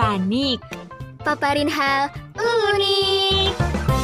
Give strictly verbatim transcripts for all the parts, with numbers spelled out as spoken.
panik. Paparin hal unik.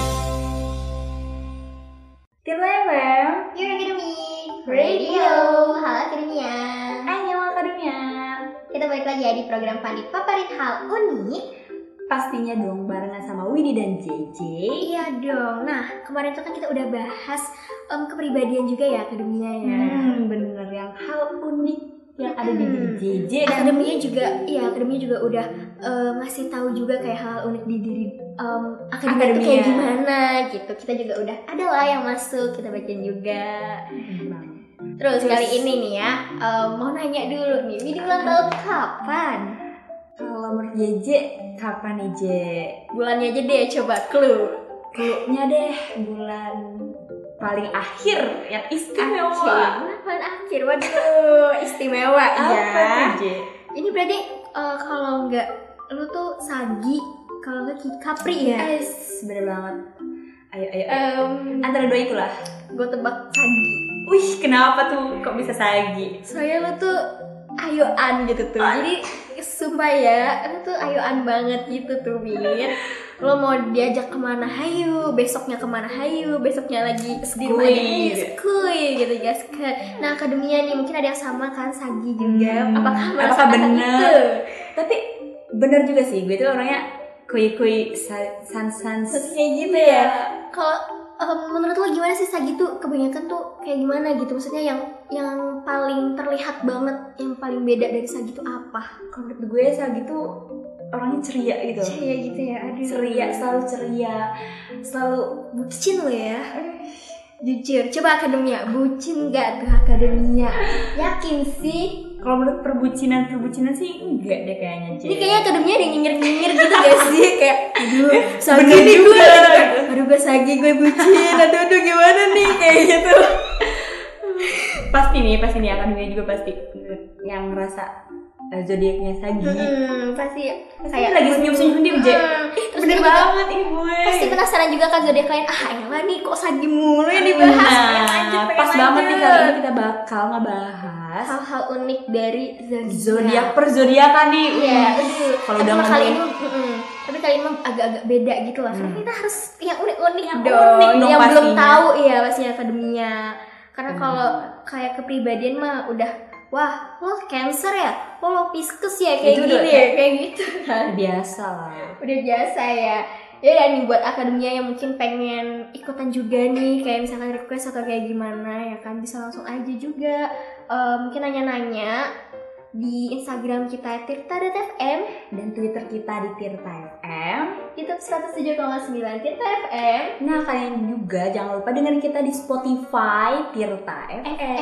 Tirta F M, Your Academy Radio. Halo Akademia. Ayo Akademia. Kita balik lagi ya di program Panik Paparin hal unik. Pastinya dong barengan sama Widi dan J J. Iya dong. Nah kemarin tuh kan kita udah bahas um, kepribadian juga ya Akademia ya. Hmm, bener yang hal unik yang ada di diri J J. Dan Akademia juga, iya Akademia juga udah uh, ngasih tahu juga kayak hal unik di diri um, Akademia, Akademia. Itu kayak gimana gitu. Kita juga udah ada lah yang masuk, kita bacain juga. Hmm. Terus, Terus kali ini nih ya, um, mau nanya dulu nih, Widi ulang tahun kapan? Kalau menurut J J, kapan nih J? Bulannya aja deh, coba clue. Clue-nya deh, bulan paling akhir yang istimewa. Akhir, paling akhir, waduh istimewa ya. Apa tuh J? Ini berarti uh, kalau nggak lu tuh Sagi, kalau nggak Capri ya? Es, bener banget. Ayo, ayo, ayo. Um, Antara dua itulah. Gue tebak Sagi. Wih, kenapa tuh kok bisa Sagi? Soalnya lu tuh ayoan gitu tuh. Oh. Jadi sumpah ya, lu tuh ayoan banget gitu tuh, Mir. Lo mau diajak kemana, hayu. Besoknya kemana, hayu. Besoknya lagi di rumah aja, skuy gitu guys. Nah Akademia nih mungkin ada yang sama kan, Sagi juga. Hmm. Apakah Apakah bener? itu? Tapi bener juga sih, gue tuh orangnya kui-kui sans-sans kayak gitu ya. Kalau Um, menurut lo gimana sih Sagi tuh kebanyakan tuh kayak gimana gitu? Maksudnya yang yang paling terlihat banget, yang paling beda dari Sagi tuh apa? Kalau menurut gue Sagi tuh orangnya ceria gitu. Ceria gitu ya, aduh. Ceria, selalu ceria, selalu bucin lo ya. Jujur, coba Akademia, bucin gak tuh Akademia? Yakin sih? Kalau menurut perbucinan perbucinan sih enggak deh kayaknya. Ini kayaknya Akademia ada nyinyir-nyinyir gitu gak sih? Kayak aduh, Sagi bener nih juga. gue. Aduh gue Sagi, gue bucin. Aduh aduh gimana nih kayak gitu. Pasti nih, pasti nih Akademia juga pasti yang ngerasa uh, zodiaknya Sagi. Hmm, pasti kayak lagi senyum-senyum sendiri J. Terus bener banget ini gue. Pasti penasaran juga kan zodiak lain. Ah, elah nih kok Sagi mulu yang dibahas. Nah, lanjut, pas lanjut. banget nih kali ini kita bakal ngebahas hal-hal unik dari zodiak per zodiakan nih. Iya, kalau udah kali ngomongin ini mm, tapi kali ini agak-agak beda gitu lah. Karena hmm. kita harus yang unik-unik yang dong, unik dong yang pastinya. belum tahu iya pastinya Akademia. Karena Hmm. kalau kayak kepribadian mah udah wah, lo Cancer ya? Oh, lo Pisces ya kayak Itu gini udah, ya, kayak gitu kan. Biasa lah. Udah biasa ya. Ya dan nih buat Akademia yang mungkin pengen ikutan juga nih, kayak misalkan request atau kayak gimana ya kan, bisa langsung aja juga uh, mungkin nanya-nanya di Instagram kita tirta dot f m Dan Twitter kita di Tirta F M, YouTube seratus tujuh koma sembilan Tirta F M. Nah kalian juga jangan lupa dengerin kita di Spotify Tirta F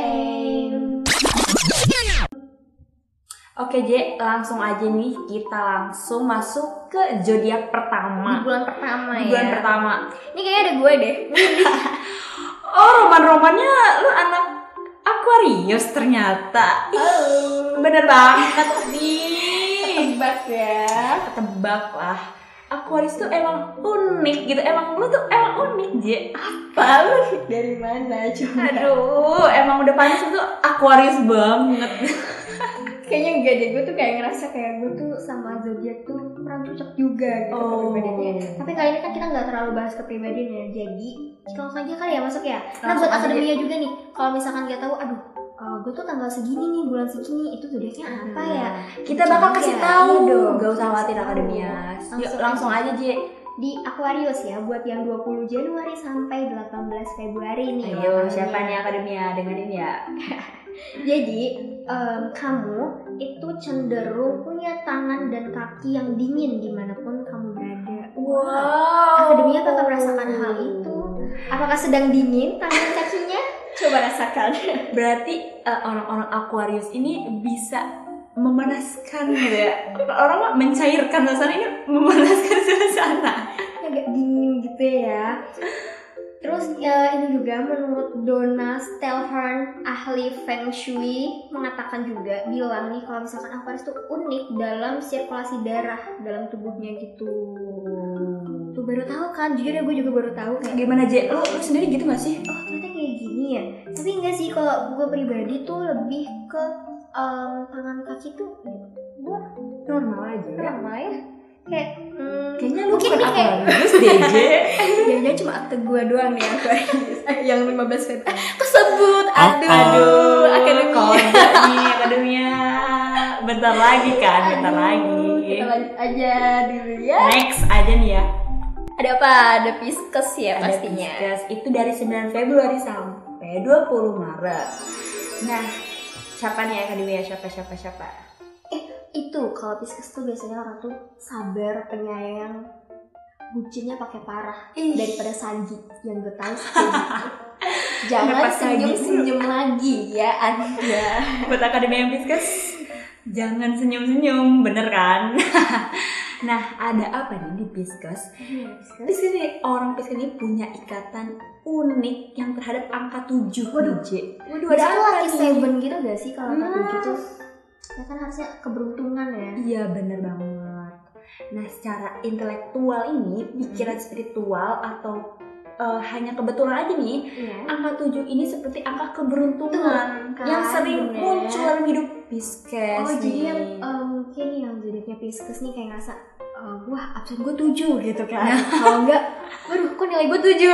M. Oke J, langsung aja nih kita langsung masuk ke zodiak pertama. Di bulan pertama Di ya. bulan pertama. Ini kayaknya ada gue deh. Oh, roman-romannya lu anak Aquarius ternyata. Oh. Bener banget nih. Tebak ya. Tebak lah. Aquarius tuh emang unik gitu. Emang lu tuh emang unik J. Apa lu dari mana coba? Aduh, emang udah panas tuh Aquarius banget. Kayaknya enggak deh, gue tuh kayak ngerasa kayak gue tuh sama zodiak tuh kurang cocok juga gitu Oh. kepribadiannya. Tapi kali ini kan kita nggak terlalu bahas kepribadian ya, jadi kita langsung aja kali ya masuk ya. Nah Langsung buat aja. Akademia juga nih, kalau misalkan nggak tahu, aduh, uh, gue tuh tanggal segini nih, bulan segini, itu zodiaknya apa ya? Kita bakal Coba kasih ya, tahu. iya dong. Gak usah khawatir Kasih Akademia. tahu. Yuk langsung aja J. Di Aquarius ya, buat yang dua puluh Januari sampai delapan belas Februari nih. Ayo, namanya. siapa nih Akademia? Dengerin ya. Jadi um, kamu itu cenderung punya tangan dan kaki yang dingin dimanapun kamu berada. Wow. Akademia bakal merasakan hal itu. Apakah sedang dingin tangan kakinya? Coba rasakan. Berarti uh, orang-orang Aquarius ini bisa memanaskan gitu ya. Orang mah mencairkan suasana, ini memanaskan suasana. Agak dingin gitu ya. Terus ya, ini juga menurut Donna Stelhorn, ahli Feng Shui, mengatakan juga, bilang nih kalau misalkan Aquarius tuh unik dalam sirkulasi darah dalam tubuhnya gitu. Tuh baru tahu kan, jujur ya gue juga baru tahu kayak Gimana J? Lu, lu sendiri gitu gak sih? oh ternyata kayak gini ya. Tapi enggak sih, kalau gue pribadi tuh lebih ke um, tangan kaki tuh gue normal aja ya. Normal ya. Kayak hmm, Kayaknya lu mungkin bukan nih kayak Aquarius deh, J. jangan cuma akte gua doang nih Aquarius. Yang lima belas Februari tersebut. Aduh, Aduh, akademia. kode nih akademia. Bentar lagi kan, bentar Aduh, lagi. Kita lanjut aja dulu ya. Next aja nih ya. Ada apa? Ada Pisces ya Ada pastinya. Pisces itu dari sembilan Februari sampai dua puluh Maret. Nah, siapa nih akademia? Siapa siapa siapa? Itu kalau Pisces tuh biasanya orang tuh sabar, penyayang, bucinnya pakai parah. Ih. Daripada Sagi yang gue tahu sih kayak gitu. Jangan Kenapa Sagi senyum-senyum lagi ya Anda. Buat akademia yang Pisces, jangan senyum-senyum, bener kan? Nah, ada apa nih di Pisces? Di sini orang Pisces ini punya ikatan unik yang terhadap angka tujuh. Waduh. J. Waduh, Ada ada apa lucky nih? seven gitu gak sih kalau Nah. angka tujuh tuh? Ya kan harusnya keberuntungan ya. Iya, bener banget. Nah, secara intelektual ini, pikiran spiritual atau uh, hanya kebetulan aja nih, Iya. angka tujuh ini seperti angka keberuntungan Tuh, kan, yang sering bener. muncul dalam hidup Pisces. Oh jadi nih. yang eh, mungkin yang zodiaknya Pisces nih kayak ngerasa eh, wah absen gue tujuh gitu kan. Kalau enggak, waduh kok nilai gue tujuh.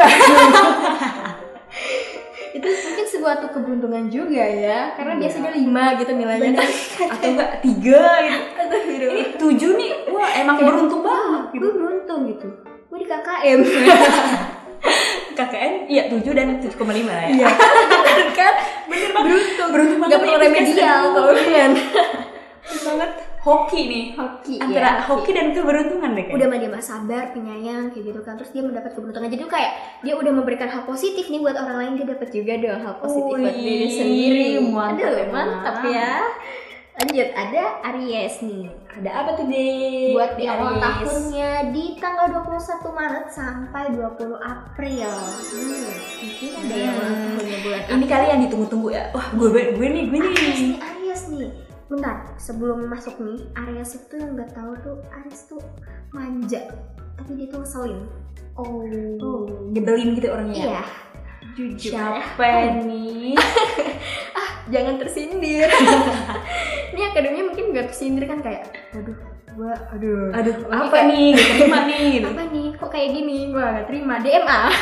Itu mungkin sebuah tuh keberuntungan juga ya, karena Iya. biasanya lima gitu nilainya. Bener. Atau enggak tiga gitu. Aduh, aduh. Ini tujuh nih, wah emang Kayak, beruntung banget. wah, gue beruntung gitu. Gue di K K M. K K N iya tujuh dan tujuh koma lima ya. Iya. Kan bener banget. Beruntung. Beruntung banget. Gak perlu nih, Pisces. remedial kalau kalian. Beruntung banget. Hoki nih. Hoki Antara ya, hoki dan keberuntungan deh. udah mah dia mah sabar, penyayang kayak gitu kan, terus dia mendapat keberuntungan. Jadi tuh kayak dia udah memberikan hal positif nih buat orang lain, dia dapat juga dong hal positif buat Wih, diri sendiri. mantap Aduh, emang. mantap ya. Lanjut, ada Aries nih. Ada apa tuh deh? Buat di awal Aries? tahunnya di tanggal dua puluh satu Maret sampai dua puluh April. Hmm, mungkin ada yang ulang tahunnya bulan Ini kali yang ditunggu-tunggu ya. Wah, gue gue nih, gue nih. Aries nih, Aries nih. Bentar, sebelum masuk nih, Aries itu yang gak tahu tuh, Aries tuh manja, tapi dia tuh ngeselin. Oh, Oh. nyebelin gitu orangnya. Iya, jujur. Siapa nih? Jangan tersindir. Ini akademinya mungkin gak tersindir kan, kayak, waduh, gua, aduh, Aduh, Ini apa kayak- nih? Gak terima nih gitu. apa nih, kok kayak gini, gua gak terima, D M A.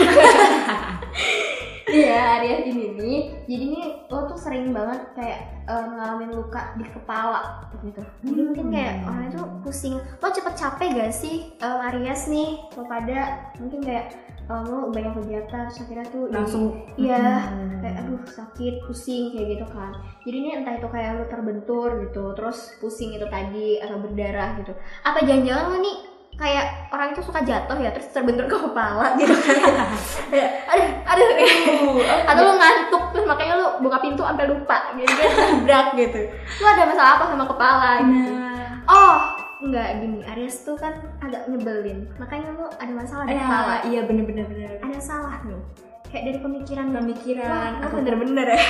Iya, Aries ini nih, jadi nih lo tuh sering banget kayak eh, ngalamin luka di kepala gitu. Jadi mungkin kayak orang itu pusing. Lo cepet capek gak sih eh, Aries nih? Lo pada mungkin kayak eh, lo banyak kegiatan, terus akhirnya tuh jadi- Langsung. iya, Hmm. kayak aduh sakit, pusing kayak gitu kan. Jadi ini entah itu kayak lo terbentur gitu, terus pusing itu tadi atau berdarah gitu. Apa jangan-jangan lo nih kayak orang itu suka jatuh ya, terus terbentur ke kepala gitu kan. Kayak, aduh, aduh, Uh, atau lo ngantuk terus makanya lo buka pintu sampai lupa gitu kan, nabrak gitu. Lo ada masalah apa sama kepala gitu. Nah, Oh, enggak gini, Aries tuh kan agak nyebelin. Makanya lo ada masalah di kepala. ya, iya bener-bener bener. Ada salah nih. Kayak dari pemikiran Pemikiran Wah, atau lo bener-bener ya.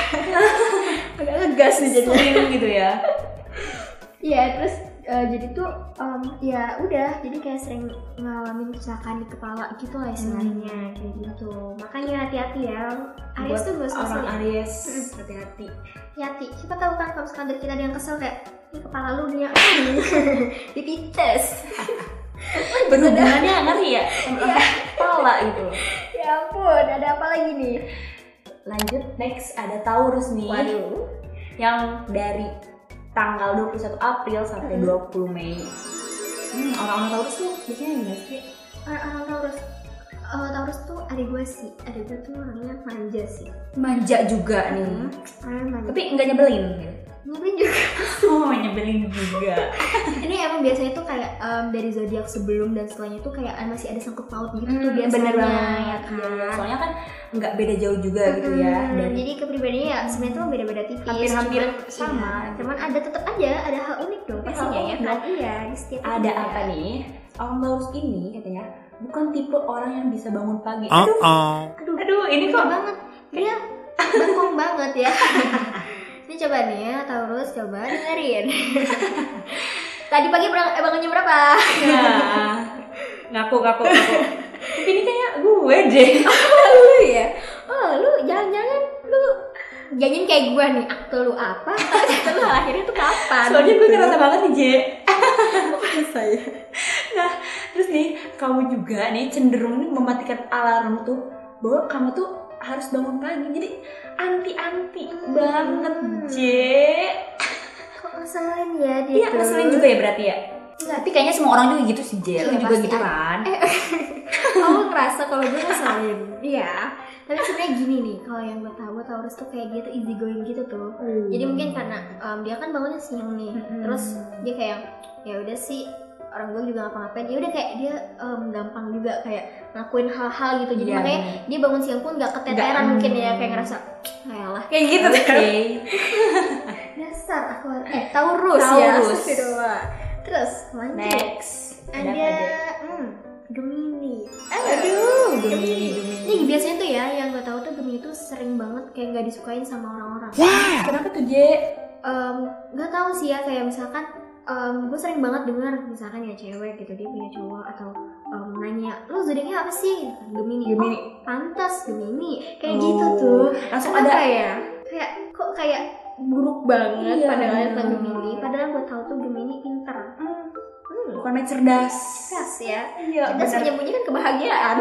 Agak ngegas nih jadi. sering gitu ya. Iya, terus eh, jadi tuh em, ya udah, jadi kayak sering ngalamin kecelakaan di kepala gitu lah istilahnya, kayak gitu. Makanya hati-hati ya. Aries Buat tuh gak usah orang sih. Aries, hati-hati. Hati-hati. Siapa tahu kan kalau misalkan dari kita ada yang kesel kayak ini kepala lu nih dipites. Berhubungannya ngeri ya sama angka kepala gitu. Ya ampun, ada apa lagi nih? Lanjut, next ada Taurus nih. Waduh. Yang dari tanggal dua puluh satu April sampai Hmm. dua puluh Mei. Hmm, orang-orang Taurus tuh biasanya gimana sih? Orang-orang Taurus. Eh, Taurus tuh adik gue sih. Adik gue tuh orangnya manja sih. Manja juga nih. Orangnya manja. Tapi nggak nyebelin gitu. Nyebelin juga. Oh, nyebelin juga. Ini emang biasanya tuh kayak em, dari zodiak sebelum dan setelahnya tuh kayak masih ada sangkut paut gitu tuh Hmm, biasanya. bener banget. Ya kan? Iya, iya. Soalnya kan nggak beda jauh juga gitu ya. Hmm, Dan jadi kepribadiannya ya sebenarnya tuh beda-beda tipis. Hampir-hampir cuman- sama. iya, cuman ada tetap aja ada hal unik dong Hal pastinya ya unik kan. Iya, di setiap ada orang apa ya. nih? Orang Taurus ini katanya bukan tipe orang yang bisa bangun pagi. Uh Aduh, oh. Aduh, aduh ini bener kok banget. Dia bengkong banget ya. Ini coba nih ya, Taurus coba dengerin. Tadi pagi berang- eh, bangunnya berapa? Nah, ngaku ngaku ngaku. Tapi ini kayak gue deh. Lu ya? Oh, lu jangan-jangan lu janjiin kayak gue nih, akte lu apa? Akte lu akhirnya tuh kapan? Soalnya gue Gitu. ngerasa banget nih, Je. saya. Nah, terus nih kamu juga nih cenderung nih mematikan alarm tuh bahwa kamu tuh harus bangun pagi. Jadi anti-anti hmm. banget, J. Kok ngeselin ya dia? Iya, ngeselin juga ya berarti ya. Enggak, tapi kayaknya semua orang juga gitu sih, J. Lu juga gitu kan? Eh, kamu ngerasa kalau gue ngeselin? Iya. Tapi sebenarnya gini nih, kalau yang gue tahu Taurus tuh kayak dia tuh easy going gitu tuh. Hmm. Jadi mungkin karena um, dia kan bangunnya siang nih, hmm. terus dia kayak ya udah sih orang gue juga ngapa-ngapain, ya udah kayak dia um, gampang juga kayak ngelakuin hal-hal gitu. Jadi yeah. makanya dia bangun siang pun nggak keteteran gak, mungkin ya kayak ngerasa ayolah kayak gitu tuh. Okay. Dasar aku eh Taurus, Taurus. Ya. Terus lanjut. Next. Ada, ada hmm, Gemini. Aduh, Gemini, Gemini. Ini biasanya tuh ya, yang gue tahu tuh Gemini tuh sering banget kayak nggak disukain sama orang-orang. Wah, kenapa tuh, J? Um, gak tahu sih ya, kayak misalkan um, gue sering banget dengar misalkan ya cewek gitu dia punya cowok atau um, nanya, lo zodiaknya apa sih? Gemini. Gemini. Oh, pantas Gemini. Kayak oh. gitu tuh. Langsung ada ya? Kayak kok kayak buruk banget iya, pandangannya tentang Gemini. Padahal gue tahu tuh Gemini pintar. Hmm. Bukannya cerdas. Cerdas ya. Iya, cerdas menyembunyikan kebahagiaan.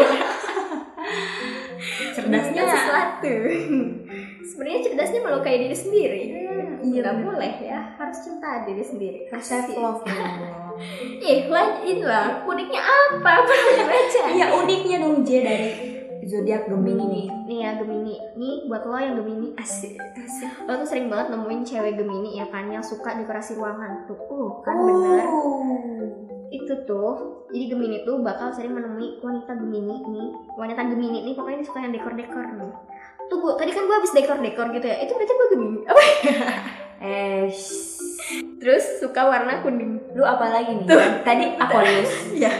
Cerdasnya sesuatu. Sebenarnya cerdasnya melukai diri sendiri. Hmm, iya, nggak boleh ya. Harus cinta diri sendiri. Self love. Ih, lanjutin lah. Uniknya apa? Pernah baca? Iya, uniknya dong J dari zodiak Gemini nih. Nih ya Gemini. Nih buat lo yang Gemini asik. Asik. Lo tuh sering banget nemuin cewek Gemini ya kan yang suka dekorasi ruangan tuh. Uh, kan oh. bener. Itu tuh. Jadi Gemini tuh bakal sering menemui wanita Gemini nih. Wanita Gemini nih pokoknya dia suka yang dekor-dekor nih. Tuh gue, tadi kan gue habis dekor-dekor gitu ya. Itu berarti gue Gemini. Apa? eh. Terus suka warna kuning. Lu apa lagi nih? Tuh. Tadi Aquarius. Iya.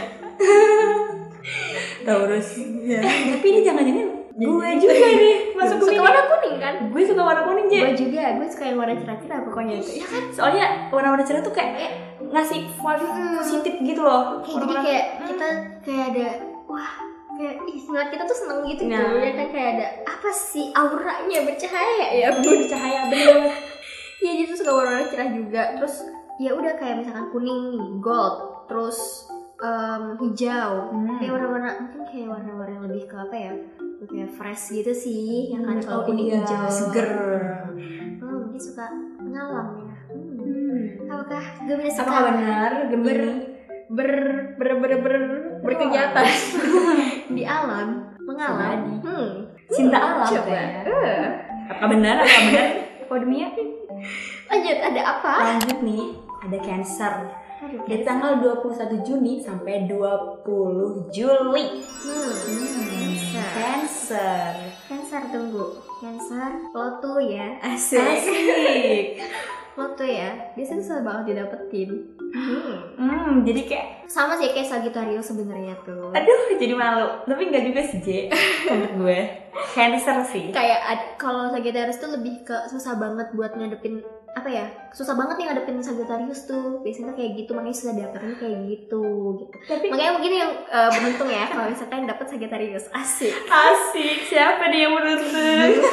Taurus. Ya. Tapi ini jangan-jangan gue juga nih masuk suka warna kuning kan? Gue suka warna kuning J. Gue juga, gue suka yang warna cerah-cerah pokoknya itu. Ya kan? Soalnya warna-warna cerah tuh kayak ngasih vibe hmm. positif gitu loh. Kayak jadi kayak kita kayak ada wah kayak ih ngeliat kita tuh seneng gitu nah. tuh ya kan kayak ada apa sih auranya bercahaya ya bercahaya bener. Iya jadi tuh suka warna cerah juga. Terus ya udah kayak misalkan kuning nih, gold, terus Um, hijau, hmm. kayak warna-warna mungkin kayak warna-warna yang lebih ke apa ya, kayak fresh gitu sih, yang kan hmm. kalau oh, kuning iya. hijau seger. Hmm, dia suka ngalam ya. Hmm. Hmm. Apakah Gemini suka? Apakah benar Gemini ber ber ber ber, ber berkegiatan di alam, mengalam, hmm. cinta alam coba. Uh. Apakah benar? Apakah benar? Kodemia? Lanjut, ada apa? Lanjut nih, ada Cancer. Dari tanggal dua puluh satu Juni sampai dua puluh Juli. Hmm. Hmm. Cancer. Cancer tunggu. Cancer, lo tuh ya. Asik. Asik. Lo tuh ya, biasanya susah banget didapetin. Hmm. hmm, jadi kayak sama sih kayak Sagittarius sebenarnya tuh. Aduh, jadi malu. Tapi enggak juga sih, J. Menurut gue. Cancer sih. Kayak kalau Sagittarius tuh lebih ke susah banget buat ngadepin apa ya, susah banget nih ngadepin Sagittarius tuh biasanya kayak gitu, makanya susah dapetin kayak gitu gitu. Tapi makanya mungkin yang uh, beruntung ya kalau misalkan dapet Sagittarius. Asik asik siapa nih yang beruntung?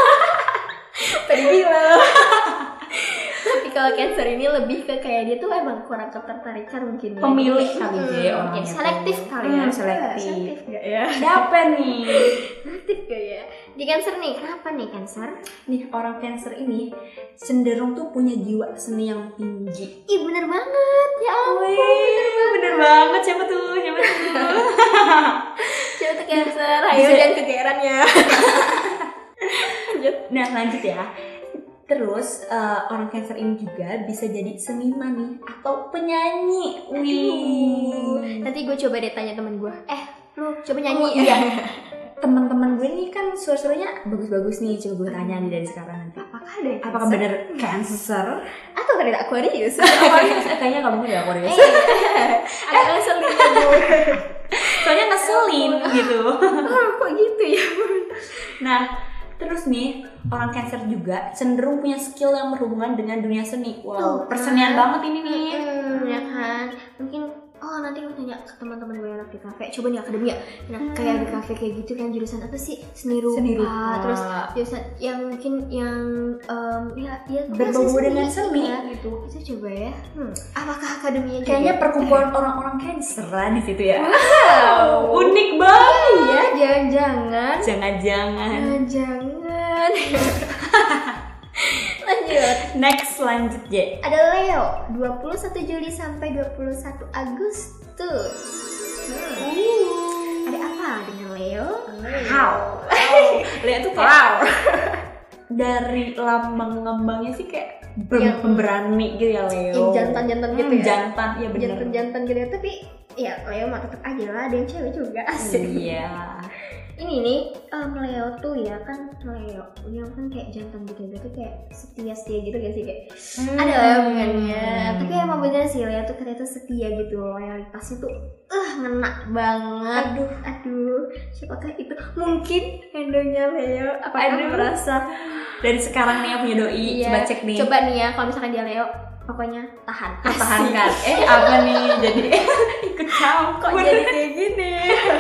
Tadi bilang. Tapi kalau Cancer ini lebih ke kayak dia tuh emang kurang ketertarikan mungkin ya. Pemilih kali hmm, ya mungkin selektif kali ya. Hmm, selektif. Selektif gak ya? Siapa nih? Selektif gak ya? Di Cancer nih, kenapa nih Cancer? Nih orang Cancer ini cenderung tuh punya jiwa seni yang tinggi. Ih bener banget, ya ampun. Bener, bener banget, siapa tuh? Siapa tuh? Siapa tuh Cancer? Ayo jangan kegeeran ya. Lanjut. Nah lanjut ya. Terus uh, orang Cancer ini juga bisa jadi seniman nih atau penyanyi. Wih. Nanti gue coba deh tanya temen gue. Eh, lu coba nyanyi. Oh, iya. Teman-teman gue nih kan suara-suaranya bagus-bagus nih. Coba gue tanya nih dari sekarang nanti. Apakah ada Cancer? Apakah bener Cancer? Atau ada Aquarius? Aquarius kayaknya kamu udah Aquarius. Agak ngeselin gue. Soalnya ngeselin gitu. Oh, kok gitu ya? Nah, terus nih orang Cancer juga cenderung punya skill yang berhubungan dengan dunia seni. Wow, persenian banget ini nih. Hmm, ya kan. Mungkin oh nanti gue tanya ke teman-teman gue yang anak di kafe, coba nih akademia, nah hmm. kayak di kafe kayak gitu kan jurusan apa sih, seni rupa, seni rupa. Terus jurusan yang mungkin yang um, ya ya berbau dengan seni ya, gitu. Itu coba ya. Hmm. Apakah akademia juga? Kayaknya perkumpulan orang-orang Cancer lah di situ ya. Wow, unik banget ya. Jangan-jangan. Jangan-jangan. Jangan-jangan. Lanjut. Next lanjut J. Ada Leo, dua puluh satu Juli sampai dua puluh satu Agustus. Hmm. Uh. Ada apa dengan Leo? How? Oh. Leo tuh kayak wow. Dari lambang-lambangnya sih kayak yang pemberani gitu ya Leo. Yang jantan-jantan gitu hmm, ya. Jantan, ya benar. Jantan-jantan gitu ya, tapi ya Leo mah tetap aja lah, ada yang cewek juga asik. Iya. Ini nih um, Leo tuh ya kan Leo, Leo kan kayak jantan gitu gitu kayak setia-setia gitu gak sih kayak hmm. ada lah hubungannya. Tapi emang bener sih Leo tuh ternyata setia gitu, loyalitasnya tuh uh ngena banget. Aduh, aduh, siapakah itu? Mungkin endonya Leo. Apa ada merasa dari sekarang nih yang punya doi, iya. Coba cek nih. Coba nih ya kalau misalkan dia Leo, pokoknya tahan, pertahankan. Eh apa nih jadi ikut campur? Kok jadi kayak gini?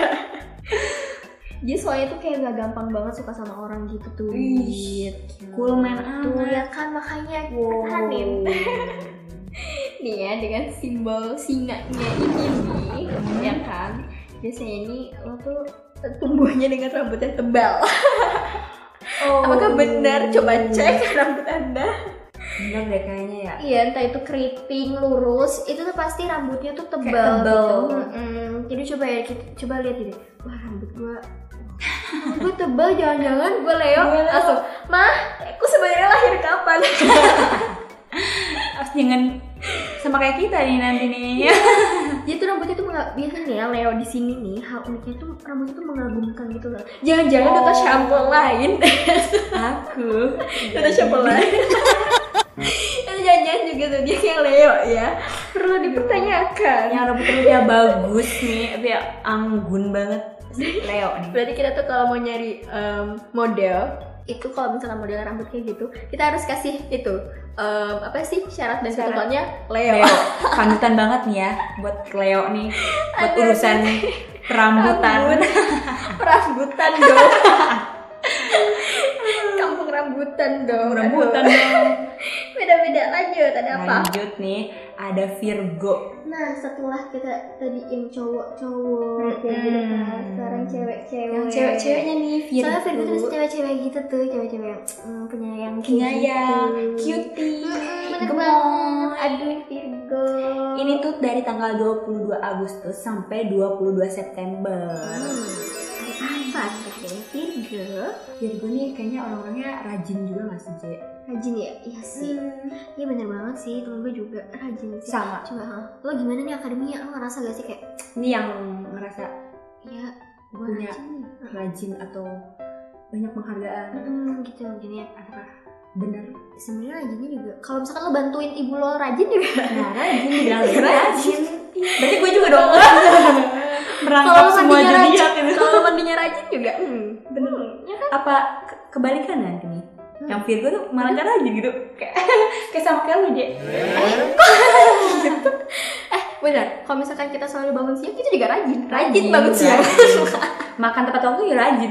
Dia soalnya tuh kayak gak gampang banget suka sama orang gitu tuh. Ih, cool man tuh ya kan, makanya wow. Pertahanin. Nih ya dengan simbol singanya ini nih, hmm. ya kan. Biasanya ini lo tuh tumbuhnya dengan rambut yang tebal. Oh. Apakah benar? Coba cek rambut Anda. Bener deh kayaknya ya. Iya, entah itu keriting, lurus, itu tuh pasti rambutnya tuh tebal, kayak tebal. Gitu. Hmm, jadi coba ya, kita, coba lihat gitu. Wah, rambut gua gue tebal, jangan-jangan gue Leo. Langsung, mah, aku sebenarnya lahir kapan? Harus jangan sama kayak kita nih nanti nih. Jadi tuh rambutnya tuh menga- biasanya ya Leo di sini nih, hal uniknya tuh rambutnya tuh mengagumkan gitu loh. Jangan-jangan oh. Data shampoo lain. Aku data shampoo lain. Itu jangan-jangan juga tuh dia kayak Leo ya. Perlu dipertanyakan. Yang rambut-rambutnya bagus nih, tapi ya anggun banget. Leo nih. Berarti kita tuh kalau mau nyari um, model itu, kalau misalnya model rambut kayak gitu, kita harus kasih itu um, apa sih syarat dan ketentuannya Leo. Leo. Panutan banget nih ya buat Leo nih buat ada urusan perambutan. Perambutan dong. Kampung rambutan dong. Rambutan dong. Beda-beda. Lanjut, ada apa? Lanjut nih, ada Virgo. Nah, setelah kita tadi yang cowok-cowok kayak gitu kan, sekarang cewek-cewek. Yang cewek-ceweknya nih Virgo. Soalnya Virgo tuh cewek-cewek gitu tuh, cewek-cewek yang mm, penyayang, penyayang, gitu. cutie, bener banget. Aduh Virgo. Ini tuh dari tanggal dua puluh dua Agustus sampai dua puluh dua September. Hmm. Apa dengan Virgo? Virgo nih kayaknya orang-orangnya rajin juga gak sih, Je? Rajin ya? Iya sih. Iya hmm. bener banget sih, temen gue juga rajin sih. Sama. Coba, ha? Lo gimana nih akademia? Lo ngerasa gak sih kayak ini yang ngerasa ya gue punya rajin, rajin atau banyak penghargaan? Hmm, gitu gini ya. Apakah bener? Sebenarnya rajinnya juga. Kalau misalkan lo bantuin ibu lo rajin juga. Nah, rajin bilang rajin. Berarti gue juga dong. Merangkap semua zodiak gitu. Kalau mandinya rajin juga. Hmm, bener. Ya kan? Apa ke- kebalikan nanti nih? Hmm. Yang Virgo tuh malah gak rajin gitu. Kayak kayak sama kayak lu, Je. Gitu. Eh, benar. Kalau misalkan kita selalu bangun siang, kita juga rajin. Rajin bangun siang. Makan tepat waktu ya rajin.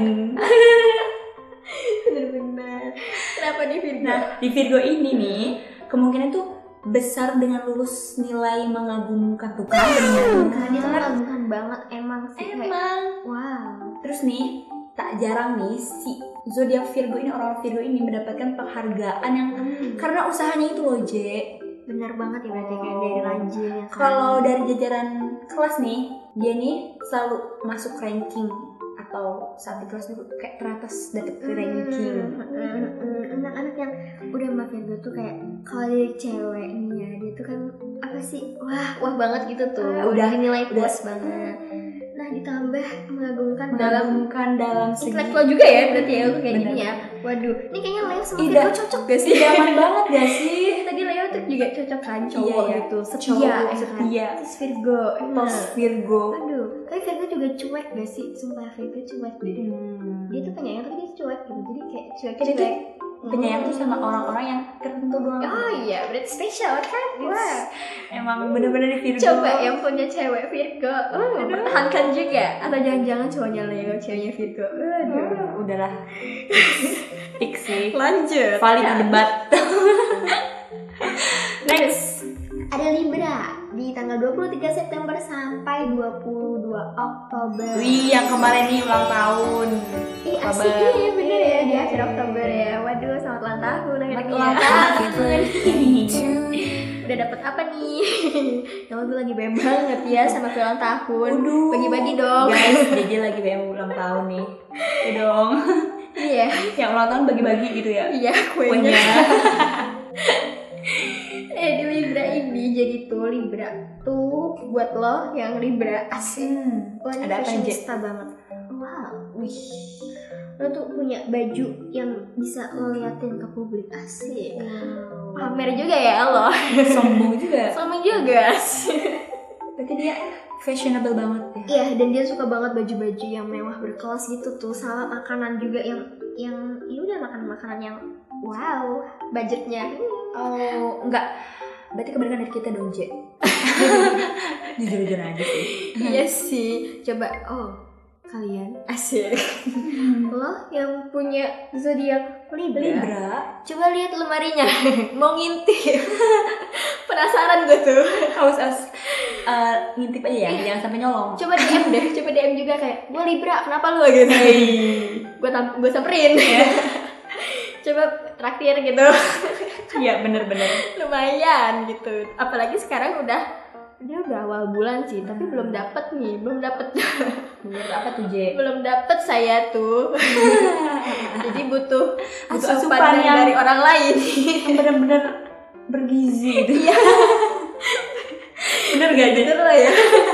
Bener-bener. Kenapa di Virgo? Nah, di Virgo ini nih kemungkinan tuh besar dengan lulus nilai mengagumkan tuh kan. Bener. Dia tuh mengagumkan banget emang sih. Emang. Kayak, wow. Terus nih tak jarang nih si zodiak Virgo ini, orang Virgo ini mendapatkan penghargaan yang hmm. karena usahanya itu loh, Je. Bener banget ya, berarti kayak dari rajin ya kan. Kalau dari jajaran kelas nih, dia nih selalu masuk ranking atau saat di kelas itu kayak teratas dapet hmm. ranking. Anak-anak yang udah Mbak Virgo tuh kayak kalau dari cewek nih ya, dia tuh kan apa sih, wah wah banget gitu tuh. Ah, udah nilai puas banget. Nah ditambah mengagumkan, mengagumkan dalam, dalam segi intelektual juga ya, berarti ya kayak gini ya. Waduh, ini kayaknya Leo sama Ida, Virgo cocok gak sih? Idaman banget gak sih? Tadi Leo tuh juga cocok kan, cowok iya, gitu, setia, cowok, kan? setia. Terus Virgo, tos nah. Virgo. Aduh, tapi Virgo juga cuek gak sih? Sumpah Virgo cuek deh. Hmm. Dia tuh penyayang tapi dia cuek gitu, jadi kayak cuek-cuek. penyayang tuh sama orang-orang yang tertentu doang. Oh iya, berarti spesial kan? Wah, Emang bener-bener di Virgo. coba yang punya cewek Virgo, uh, mempertahankan juga. Atau jangan-jangan cowoknya Leo, ceweknya Virgo. Aduh, Hmm, udahlah. Fix sih. lanjut. Valid debat. Next. Ada Libra di tanggal dua puluh tiga September sampai dua puluh dua Oktober. Wih, yang kemarin nih ulang tahun. Ih, asik Oktober. iya bener ya, di akhir Oktober ya. Waduh, selamat ulang tahun akhirnya. Ulang tahun. Udah dapet apa nih? Kamu tuh lagi B M banget ya sama ulang tahun. Waduh. Bagi-bagi dong. Guys, jadi lagi B M ulang tahun nih. Ya dong. Iya. Yang ulang tahun bagi-bagi gitu ya. Iya, kuenya. Kuenya. Eh, di Libra ini jadi tuh Libra tuh buat lo yang Libra asik. Hmm. Wah, ini Ada apa nih, Je? fashionista banget. Wow, wih. Lo tuh punya baju yang bisa lo liatin ke publik asik. Pamer juga ya lo. Sombong juga. Sama juga sih. Berarti dia fashionable banget ya. Iya, dan dia suka banget baju-baju yang mewah berkelas gitu tuh, sama makanan juga yang yang ya udah makanan-makanan yang wow, budgetnya. Oh, enggak. Berarti kebalikan dari kita dong, Je. Jujur-jujur aja sih. Iya sih. Coba oh, kalian asik. Lo yang punya zodiak Libra. Libra. Coba lihat lemarinya. Mau ngintip. Penasaran gue tuh. Haus as uh, ngintip aja ya, jangan sampai nyolong. Coba D M deh, coba D M juga kayak, gue Libra, kenapa lu gitu? Gue tam- gue samperin ya. Coba traktir gitu. Iya, bener-bener. Lumayan gitu. Apalagi sekarang udah dia udah awal bulan sih, tapi belum dapet nih, belum dapet. Bener apa tuh, Je? belum dapet saya tuh. Jadi butuh butuh Asupan asupan yang- dari orang lain. Yang bener-bener bergizi gitu. Iya. Bener gak, Je? Bener lah ya.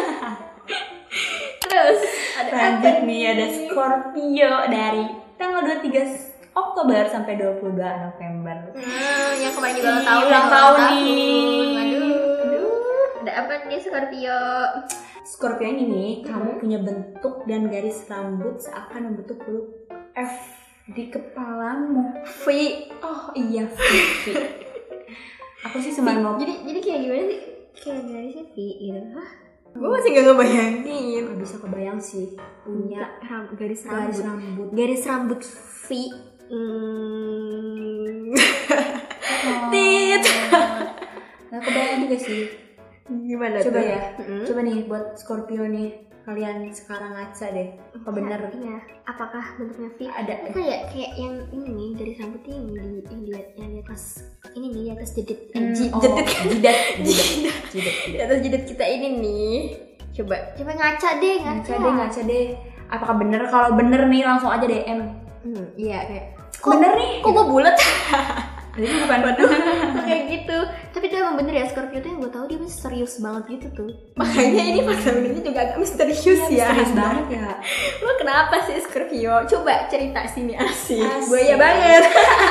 Terus ada apa Lanjut nih, ada Scorpio dari tanggal dua puluh tiga Oktober sampai dua puluh dua November. Hmm, yang kemarin juga ulang Ih, tahun. ulang yang tahun nih. Aduh, aduh. Ada apa nih Scorpio? Scorpio ini nih, kamu punya bentuk dan garis rambut seakan membentuk huruf F di kepalamu. V. Oh iya, Vivi. Aku sih cuma mau. Jadi jadi kayak gimana sih? Kayak garisnya V gitu. Hah? Gue masih gak ngebayangin. Gak bisa kebayang sih punya Ram, garis garis rambut. rambut. Garis rambut V. Hmm. Oh. Tit. Gak kebayang juga sih. Gimana Coba tuh? ya, Mm-mm. coba nih buat Scorpio nih, kalian sekarang ngaca deh. Apa bener? Iya. Apakah bentuknya V? Ada. Kayak kayak yang ini nih garis rambutnya yang di yang di, yang di atas ini nih di atas jedit eh, Hmm, ji- oh, jedit jidat, jidat, jidat, di jidat. atas jedit kita ini nih. Coba coba ngaca deh ngaca. Ngaca deh, ngaca deh. Apakah bener? Kalau bener nih langsung aja D M. Hmm, iya kayak Bener nih. kok gue bulat Jadi bukan. waduh kayak gitu. Tapi dia emang bener ya, Scorpio tuh yang gue tahu dia masih serius banget gitu tuh. Makanya ini pasangan ini juga agak misterius ya. Serius banget ya. Lo kenapa sih Scorpio? Coba cerita sini asik. Asik. Buaya banget.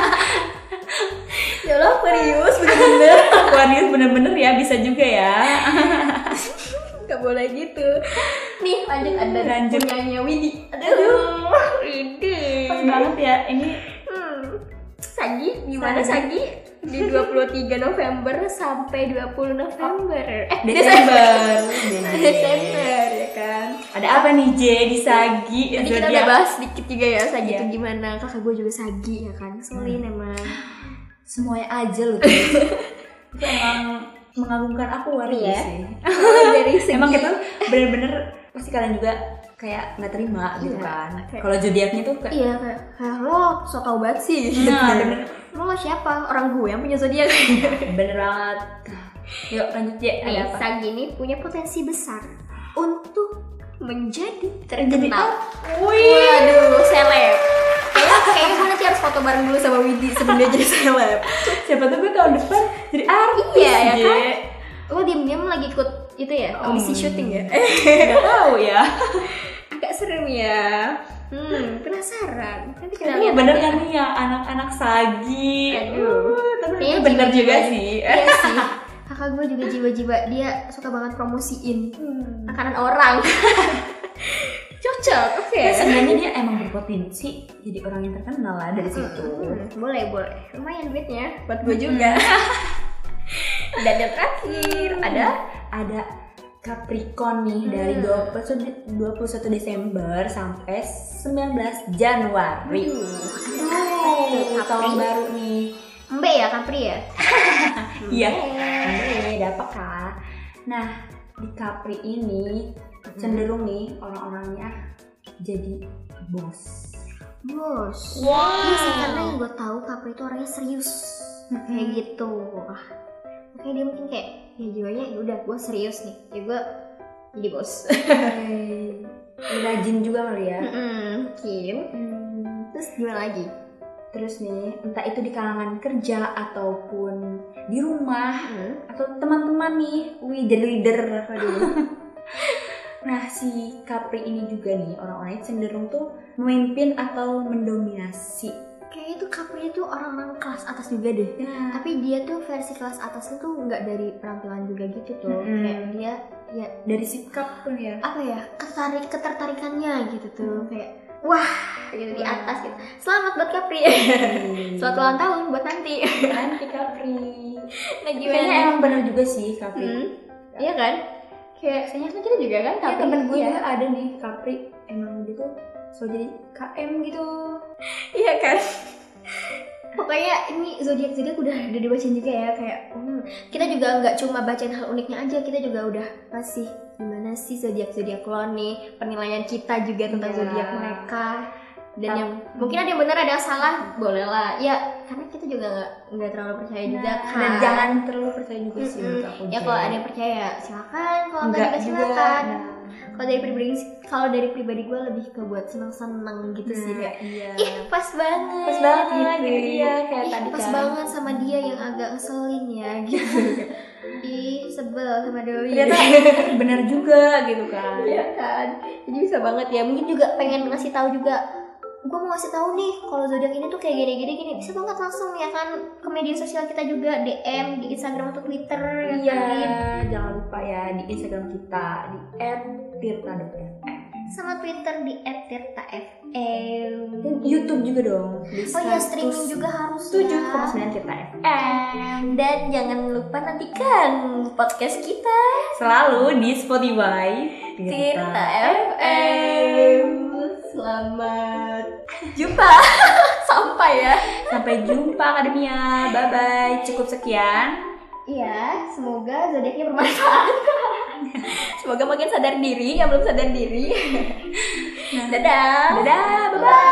Ya Allah, serius bener-bener. Aquarius bener-bener ya, bisa juga ya. Gak boleh gitu. Nih lanjut ada Lanjut. punyanya Widi. Aduh, Widi. Pas banget ya, ini Hmm. Sagi, gimana Sagi? Di dua puluh tiga November sampai dua puluh November. Eh, Desember. Desember ya kan. Ada apa nih J di Sagi? Tadi kita Zodiak? udah bahas sedikit juga ya Sagi Iya. itu gimana. Kakak gue juga Sagi ya kan. Selin emang. Semuanya aja loh. Itu emang mengagumkan aku waris Iya. sih. Dari segi Emang kita bener-bener pasti kalian juga kayak nggak terima gitu Iya. kan. Kayak- Kalau zodiaknya tuh kayak Iya kayak, kayak lo so tau banget sih. Nah, bener. Lo siapa? Orang gue yang punya zodiak. bener banget. Yuk lanjut ya. Ada Nih, apa? Sagi ini punya potensi besar untuk menjadi Menjadi terkenal. Wih. Waduh, seleb. Kayaknya kayaknya gue nanti harus foto bareng dulu sama Widi sebelum dia jadi seleb. Siapa tuh gue tahun depan jadi artis. Iya ya J. kan? Lo diem-diem lagi ikut itu ya, audisi Hmm. syuting ya? Nggak tahu ya. Agak serem ya. Hmm, penasaran. Nanti kita Aduh, lihat bener aja. kan nih ya anak-anak Sagi. Aduh. Uh, tapi Kayaknya bener jiwa-jiwa juga dia- sih. Iya sih. Kakak gue juga jiwa-jiwa dia suka banget promosiin makanan orang. Cocok, oke. Ya, sebenarnya dia emang berpotensi jadi orang yang terkenal lah dari situ. Hmm, boleh, boleh. Lumayan duitnya buat gue juga. Dan yang terakhir ada ada Capricorn nih hmm. dari dua puluh satu Desember sampai sembilan belas Januari. Aduh, Aduh, tahun baru nih. Mbe ya, Capri ya? Iya. Mbe, dapat kah? Nah, di Capri ini cenderung nih orang-orangnya jadi bos. Bos. Wow. Iya sih, karena yang gue tahu Capri itu orangnya serius. Hmm. Kayak gitu. Makanya dia mungkin kayak ya jiwanya ya udah gue serius nih. Ya gue jadi bos. Rajin juga kali ya. Mungkin. Hmm. Terus gimana lagi? Terus nih, entah itu di kalangan kerja ataupun di rumah hmm. atau teman-teman nih, wih jadi leader. Nah, si Capri ini juga nih orang-orangnya cenderung tuh memimpin atau mendominasi. Kayak itu Capri itu orang-orang kelas atas juga deh. Nah. Tapi dia tuh versi kelas atasnya tuh nggak dari penampilan juga gitu tuh. Hmm. Kayak dia ya dari sikap tuh ya. Apa ya? Ketarik ketertarikannya gitu tuh. Hmm. Kayak wah, gitu di atas gitu. Selamat buat Capri. Hmm. Selamat ulang tahun buat nanti. Nanti Capri. Nah, gimana? Kayaknya emang bener juga sih Capri. Hmm. Iya kan? Kayak kayaknya kan kita juga kan Capri. Ya, temen gue juga ada nih Capri. Emang gitu so jadi K M gitu. Iya kan? Pokoknya ini zodiak-zodiak udah udah dibacain juga ya, kayak hmm, kita juga nggak cuma bacain hal uniknya aja, kita juga udah masih gimana sih zodiak-zodiak lo nih, penilaian kita juga tentang yeah. zodiak mereka. Dan Tam- yang mungkin ada yang benar ada yang salah, boleh lah ya, karena kita juga nggak nggak terlalu percaya nah, juga kan. Dan jangan terlalu percaya juga sih mm-hmm. aku ya kalau ada yang percaya silakan, kalau nggak juga silakan. Nah. Kalau dari pribadi kalau dari pribadi gue lebih ke buat seneng-seneng gitu nah, sih kayak iya. ih pas banget pas banget gitu, gitu dia kayak ih, tadi pas kan. banget sama dia yang agak ngeselin ya gitu. Ih sebel sama doi. Ternyata benar juga gitu kan. Iya kan. Jadi bisa banget ya. Mungkin juga pengen ngasih tahu juga. Gue mau ngasih tahu nih kalau zodiak ini tuh kayak gini gini gini. Bisa banget langsung ya kan ke media sosial kita juga, D M di Instagram atau Twitter. Iya. Kan? Jangan lupa ya di Instagram kita di et tirta dot f m sama Twitter di et tirta f m dan YouTube juga dong. Oh ya streaming juga harus tujuh koma sembilan Tirta F M. Dan jangan lupa nantikan podcast kita selalu di Spotify Tirta F M. Selamat jumpa. Sampai ya. Sampai jumpa Akademia. Bye bye. Cukup sekian. Iya, semoga zodiaknya bermanfaat. Semoga makin sadar diri yang belum sadar diri. Dadah. Dadah. Bye bye.